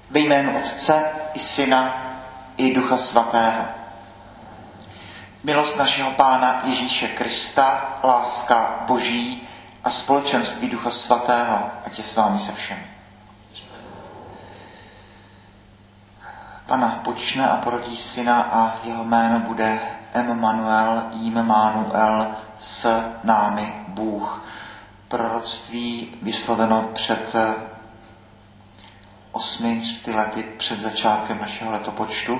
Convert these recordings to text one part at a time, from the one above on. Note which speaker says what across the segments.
Speaker 1: Ve jménu Otce i Syna i Ducha Svatého. Milost našeho Pána Ježíše Krista, láska Boží a společenství Ducha Svatého, ať je s vámi se všemi. Pana počne a porodí syna a jeho jméno bude Emmanuel, Immanuel, s námi Bůh. Proroctví vysloveno před 800 lety před začátkem našeho letopočtu.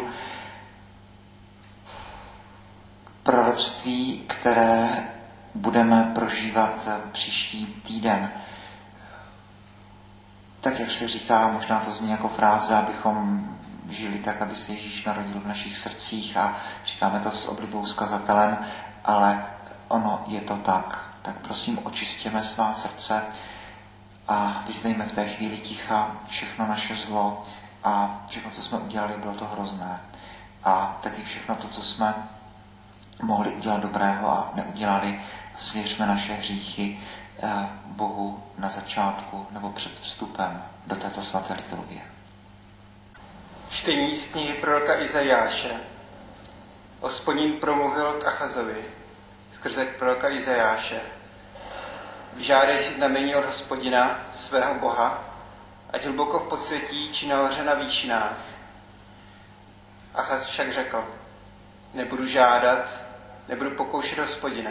Speaker 1: Proroctví, které budeme prožívat příští týden. Tak, jak se říká, možná to zní jako fráze, abychom žili tak, aby se Ježíš narodil v našich srdcích, a říkáme to s oblibou s kazatelem, ale ono je to tak. Tak prosím, očistěme svá srdce a vyznejme v té chvíli ticha všechno naše zlo a všechno, co jsme udělali, bylo to hrozné. A taky všechno to, co jsme mohli udělat dobrého a neudělali, svěřme naše hříchy Bohu na začátku nebo před vstupem do této svaté liturgie.
Speaker 2: Čtení z knihy proroka Izajáše. Hospodin promluvil k Achazovi skrze proroka Izajáše. Vyžádej si znamení od Hospodina, svého Boha, ať hluboko v podsvětí či nahoře na výšinách. Achaz však řekl, nebudu žádat, nebudu pokoušet Hospodina.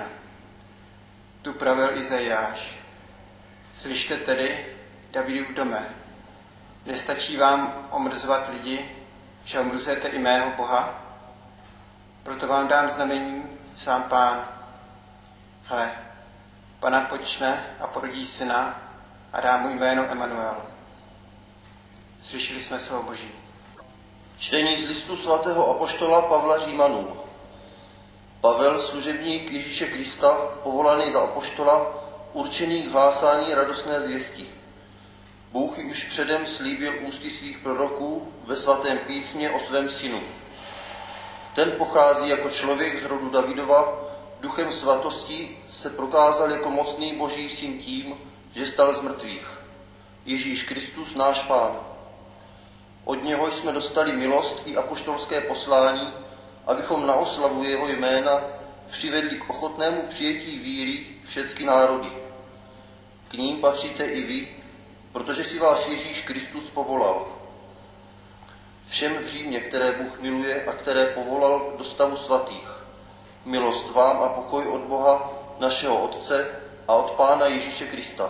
Speaker 2: Tu pravil Izajáš. Slyšte tedy, Davidův dome, nestačí vám omrzovat lidi, že omrzujete i mého Boha? Proto vám dám znamení, sám Pán. Hle, Pana počne a porodí syna a dá mu jméno Emmanuel. Slyšeli jsme slovo Boží.
Speaker 3: Čtení z listu svatého apoštola Pavla Římanům. Pavel, služebník Ježíše Krista, povolaný za apoštola, určený k hlásání radostné zvěsti. Bůh ji už předem slíbil ústy svých proroků ve svatém písmě o svém synu. Ten pochází jako člověk z rodu Davidova, duchem svatosti se prokázal jako mocný Boží syn tím, že stal z mrtvých. Ježíš Kristus, náš Pán. Od něho jsme dostali milost i apoštolské poslání, abychom na oslavu jeho jména přivedli k ochotnému přijetí víry všechny národy. K ním patříte i vy, protože si vás Ježíš Kristus povolal. Všem v Římě, které Bůh miluje a které povolal do stavu svatých. Milost vám a pokoj od Boha, našeho Otce a od Pána Ježíše Krista.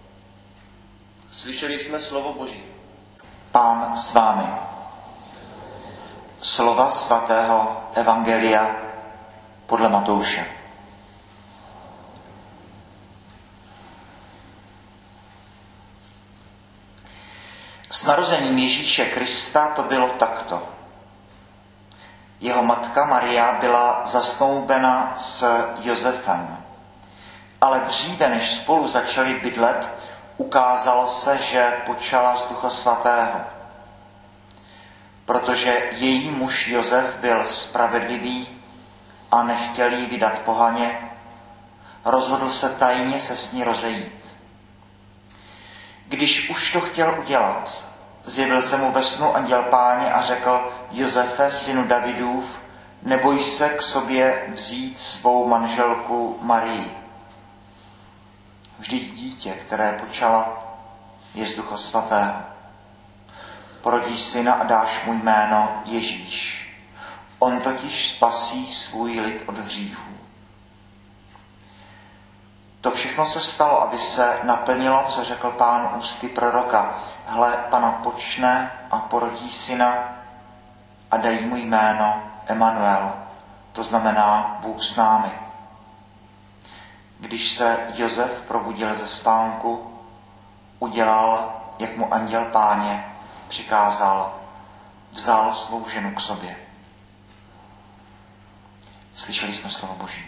Speaker 3: Slyšeli jsme slovo Boží.
Speaker 1: Pán s vámi. Slova svatého evangelia podle Matouše. S narozením Ježíše Krista to bylo takto. Jeho matka Maria byla zasnoubena s Josefem, ale dříve, než spolu začali bydlet, ukázalo se, že počala z Ducha Svatého. Protože její muž Josef byl spravedlivý a nechtěl jí vydat pohaně, rozhodl se tajně se s ní rozejít. Když už to chtěl udělat, zjevil se mu ve snu anděl Páně a řekl: Josefe, synu Davidův, neboj se k sobě vzít svou manželku Marii. Vždyť dítě, které počala, je z Ducha Svatého. Porodí syna a dáš mu jméno Ježíš. On totiž spasí svůj lid od hříchů. To všechno se stalo, aby se naplnilo, co řekl Pán ústy proroka. Hle, Pana počne a porodí syna a dají mu jméno Emmanuel, to znamená Bůh s námi. Když se Josef probudil ze spánku, udělal, jak mu anděl Páně přikázal, vzal svou ženu k sobě. Slyšeli jsme slovo Boží.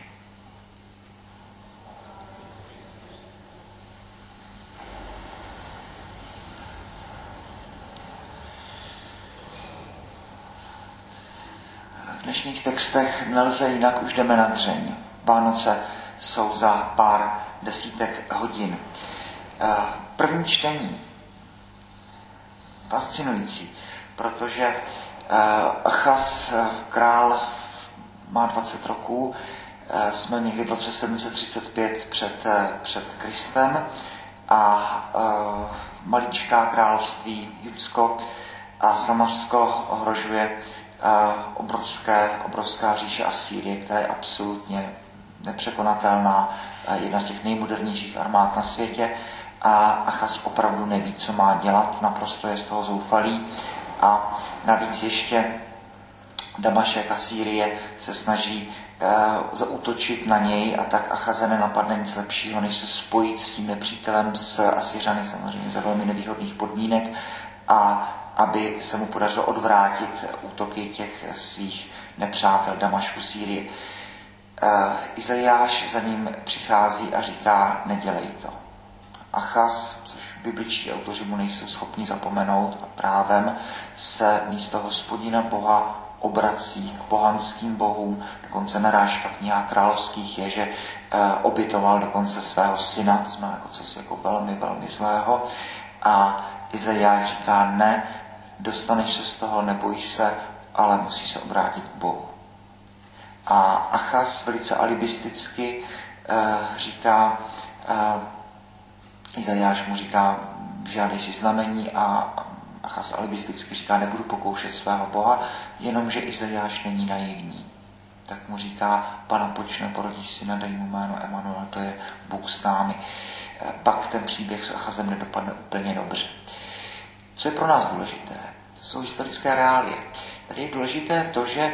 Speaker 1: V dnešních textech nelze jinak, už jdeme na dřeň. Vánoce jsou za pár desítek hodin. První čtení fascinující, protože Achaz, král, má 20 roků, jsme někdy v roce 735 před Kristem a maličká království Judsko a Samařsko ohrožuje obrovská říše Asýrie, která je absolutně nepřekonatelná, jedna z těch nejmodernějších armád na světě a Achaz opravdu neví, co má dělat, naprosto je z toho zoufalý a navíc ještě Damašek Asýrie se snaží zaútočit na něj a tak Achaze nenapadne nic lepšího, než se spojit s tím nepřítelem, s Asyřany samozřejmě za velmi nevýhodných podmínek a aby se mu podařilo odvrátit útoky těch svých nepřátel Damašku Sýrie. Izajáš za ním přichází a říká, nedělej to. Achaz, což bibličtí autoři mu nejsou schopni zapomenout a právem se místo Hospodina Boha obrací k pohanským bohům, dokonce narážka v knihách královských je, že obětoval dokonce svého syna, to znamená jako cosi jako velmi, velmi zlého. A Izajáš říká, ne, dostaneš se z toho, neboj se, ale musíš se obrátit k Bohu. A Achaz velice alibisticky říká, Izajáš mu říká, žádej si znamení a Achaz alibisticky říká, nebudu pokoušet svého Boha, jenomže Izajáš není naivní. Tak mu říká, Pana počne, porodí syna, dej mu jméno Emanuel, to je Bůh s námi. Pak ten příběh s Achazem nedopadne úplně dobře. Co je pro nás důležité? To jsou historické reálie. Tady je důležité to, že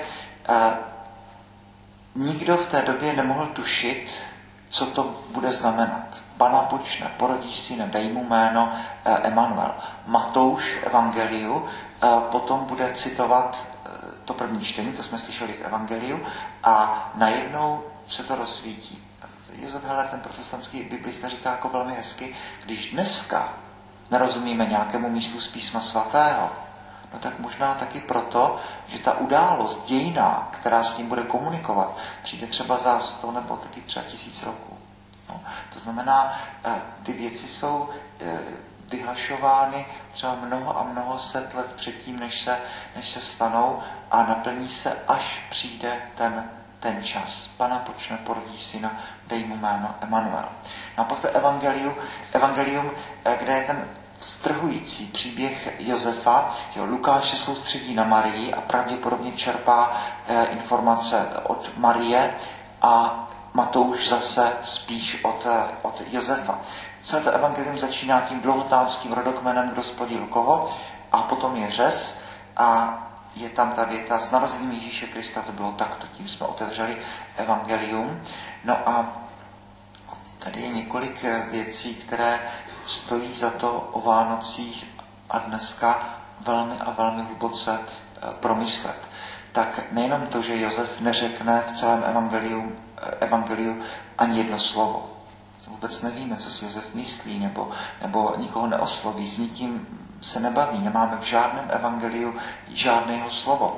Speaker 1: nikdo v té době nemohl tušit, co to bude znamenat. Pana počne, porodí syna, dej mu jméno Emanuel. Matouš v Evangeliu potom bude citovat to první čtení, to jsme slyšeli v Evangeliu, a najednou se to rozsvítí. Josef Heller, ten protestantský biblista, říká jako velmi hezky, když dneska nerozumíme nějakému místu z písma svatého, no tak možná taky proto, že ta událost dějná, která s tím bude komunikovat, přijde třeba za 100 nebo taky třeba 1000 roků. No, to znamená, ty věci jsou vyhlašovány třeba mnoho a mnoho set let předtím, než se stanou a naplní se, až přijde ten čas. Pana počne, porodí syna, dej mu jméno Emanuel. No a pak to evangelium, kde je ten strhující příběh Josefa, že Lukáš se soustředí na Marii a pravděpodobně čerpá informace od Marie a Matouš zase spíš od Josefa. Celé to evangelium začíná tím dlouhotánským rodokmenem, kdo splodil koho, a potom je řez a je tam ta věta s narozením Ježíše Krista, to bylo takto, tím jsme otevřeli evangelium. No a tady je několik věcí, které stojí za to o Vánocích a dneska velmi a velmi hluboce promyslet. Tak nejenom to, že Josef neřekne v celém evangeliu ani jedno slovo. Vůbec nevíme, co si Josef myslí, nebo nikoho neosloví, s nikým se nebaví, nemáme v žádném evangeliu žádného slovo.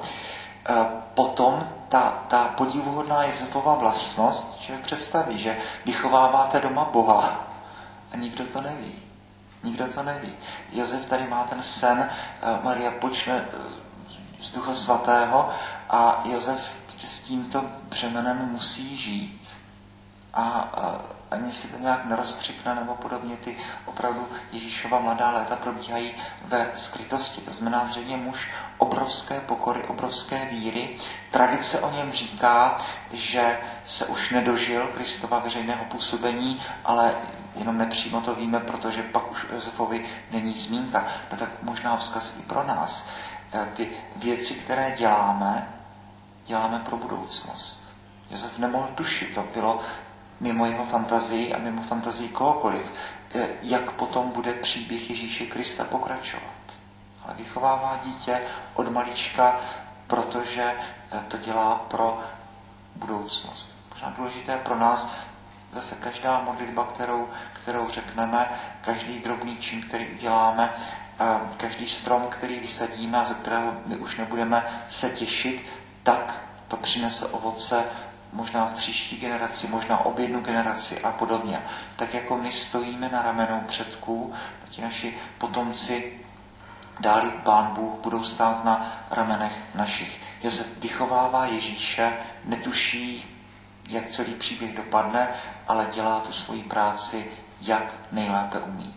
Speaker 1: Potom ta podivuhodná Josefova vlastnost, člověk představí, že vychováváte doma Boha a nikdo to neví. Nikdo to neví. Josef tady má ten sen, Maria počne z Ducha Svatého a Josef s tímto břemenem musí žít. A ani si to nějak nerozkřikne nebo podobně, ty opravdu Ježíšova mladá léta probíhají ve skrytosti. To znamená zřejmě muž obrovské pokory, obrovské víry. Tradice o něm říká, že se už nedožil Kristova veřejného působení, ale jenom nepřímo to víme, protože pak už o Josefovi není zmínka. No tak možná vzkaz i pro nás. Ty věci, které děláme pro budoucnost. Josef nemohl tušit, to bylo mimo jeho fantazii a mimo fantazii kohokoliv, jak potom bude příběh Ježíše Krista pokračovat. Ale vychovává dítě od malička, protože to dělá pro budoucnost. Možná důležité pro nás zase každá modlitba, kterou řekneme, každý drobný čin, který uděláme, každý strom, který vysadíme a ze kterého my už nebudeme se těšit, tak to přinese ovoce možná v příští generaci, možná o jednu generaci a podobně. Tak jako my stojíme na ramenou předků, ti naši potomci dáli Pán Bůh budou stát na ramenech našich. Josef vychovává Ježíše, netuší, jak celý příběh dopadne, ale dělá tu svoji práci, jak nejlépe umí.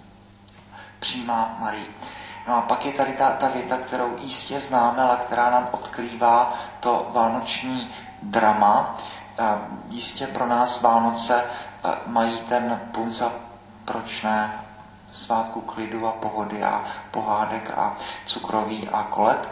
Speaker 1: Přijímá Marii. No a pak je tady ta věta, kterou jistě známe, ale která nám odkrývá to vánoční drama. Jistě pro nás Vánoce mají ten punc, proč ne, svátku klidu a pohody a pohádek a cukroví a kolet.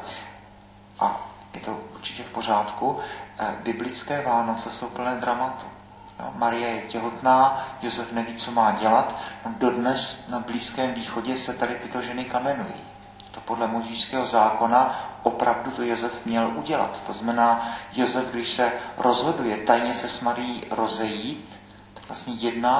Speaker 1: A je to určitě v pořádku. Biblické Vánoce jsou plné dramatu. Marie je těhotná, Josef neví, co má dělat. Dodnes na Blízkém východě se tady tyto ženy kamenují. To podle mojžíšského zákona opravdu to Josef měl udělat. To znamená, Josef, když se rozhoduje tajně se s Marií rozejít, tak vlastně jedná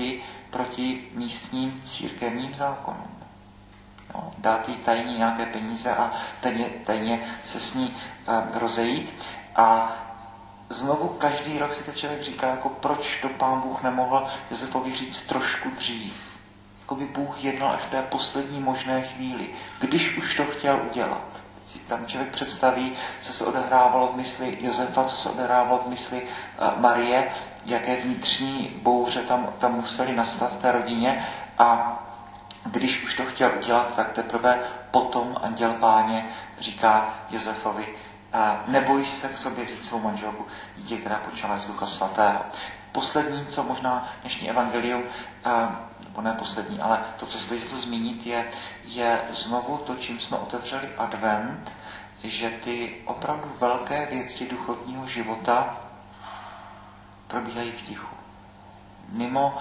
Speaker 1: proti místním církevním zákonům. Dát jí tajně nějaké peníze a tajně se s ní rozejít. A znovu každý rok si to člověk říká, jako proč to Pán Bůh nemohl Josefovi říct trošku dřív. Jako by Bůh jednal až v té poslední možné chvíli, když už to chtěl udělat. Si tam člověk představí, co se odehrávalo v mysli Josefa, co se odehrávalo v mysli Marie, jaké vnitřní bouře tam musely nastat v té rodině, a když už to chtěl udělat, tak teprve potom anděl Páně říká Josefovi: neboj se k sobě vzít svou manželku, dítě, která počala z Ducha Svatého. Poslední, co možná dnešní evangelium, nebo ne poslední, ale to, co stojí za to zmínit, je znovu to, čím jsme otevřeli advent, že ty opravdu velké věci duchovního života probíhají v tichu. Mimo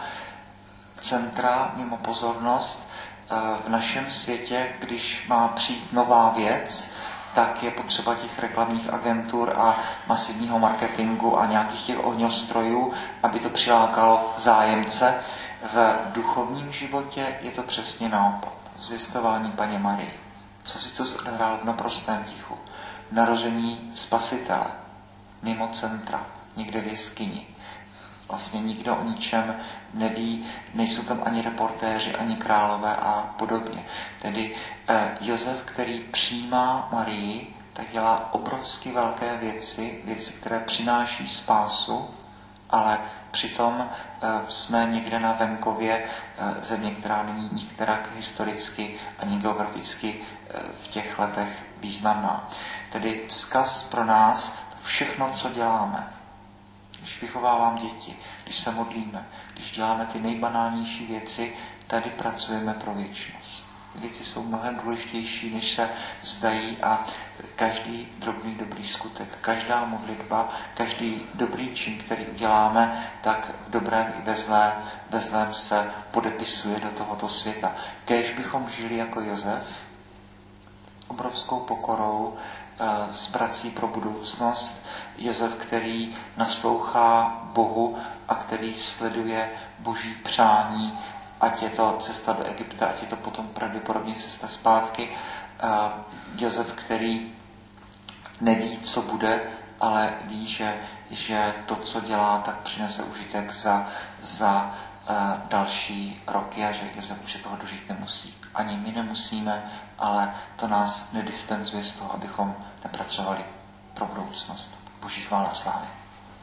Speaker 1: centra, mimo pozornost. V našem světě, když má přijít nová věc, tak je potřeba těch reklamních agentur a masivního marketingu a nějakých těch ohňostrojů, aby to přilákalo zájemce. V duchovním životě je to přesně naopak. Zvěstování Panně Marii. Co se odehrálo v naprostém tichu. Narození Spasitele. Mimo centra. Někde v jeskyni. Vlastně nikdo o ničem neví, nejsou tam ani reportéři, ani králové a podobně. Tedy Josef, který přijímá Marii, tak dělá obrovsky velké věci, které přináší spásu, ale přitom jsme někde na venkově země, která není nikterak historicky ani geograficky v těch letech významná. Tedy vzkaz pro nás, všechno, co děláme, když vychovávám děti, když se modlíme, když děláme ty nejbanálnější věci, tady pracujeme pro věčnost. Ty věci jsou mnohem důležitější, než se zdají, a každý drobný dobrý skutek, každá modlitba, každý dobrý čin, který uděláme, tak v dobrém i ve zlém se podepisuje do tohoto světa. Kéž bychom žili jako Josef, obrovskou pokorou, s prací pro budoucnost. Josef, který naslouchá Bohu a který sleduje Boží přání, ať je to cesta do Egypta, ať je to potom pravděpodobně cesta zpátky. Josef, který neví, co bude, ale ví, že to, co dělá, tak přinese užitek za další roky, a že Josef už se toho dožít nemusí. Ani my nemusíme, ale to nás nedispenzuje z toho, abychom nepracovali pro budoucnost. Boží chvála a slávy.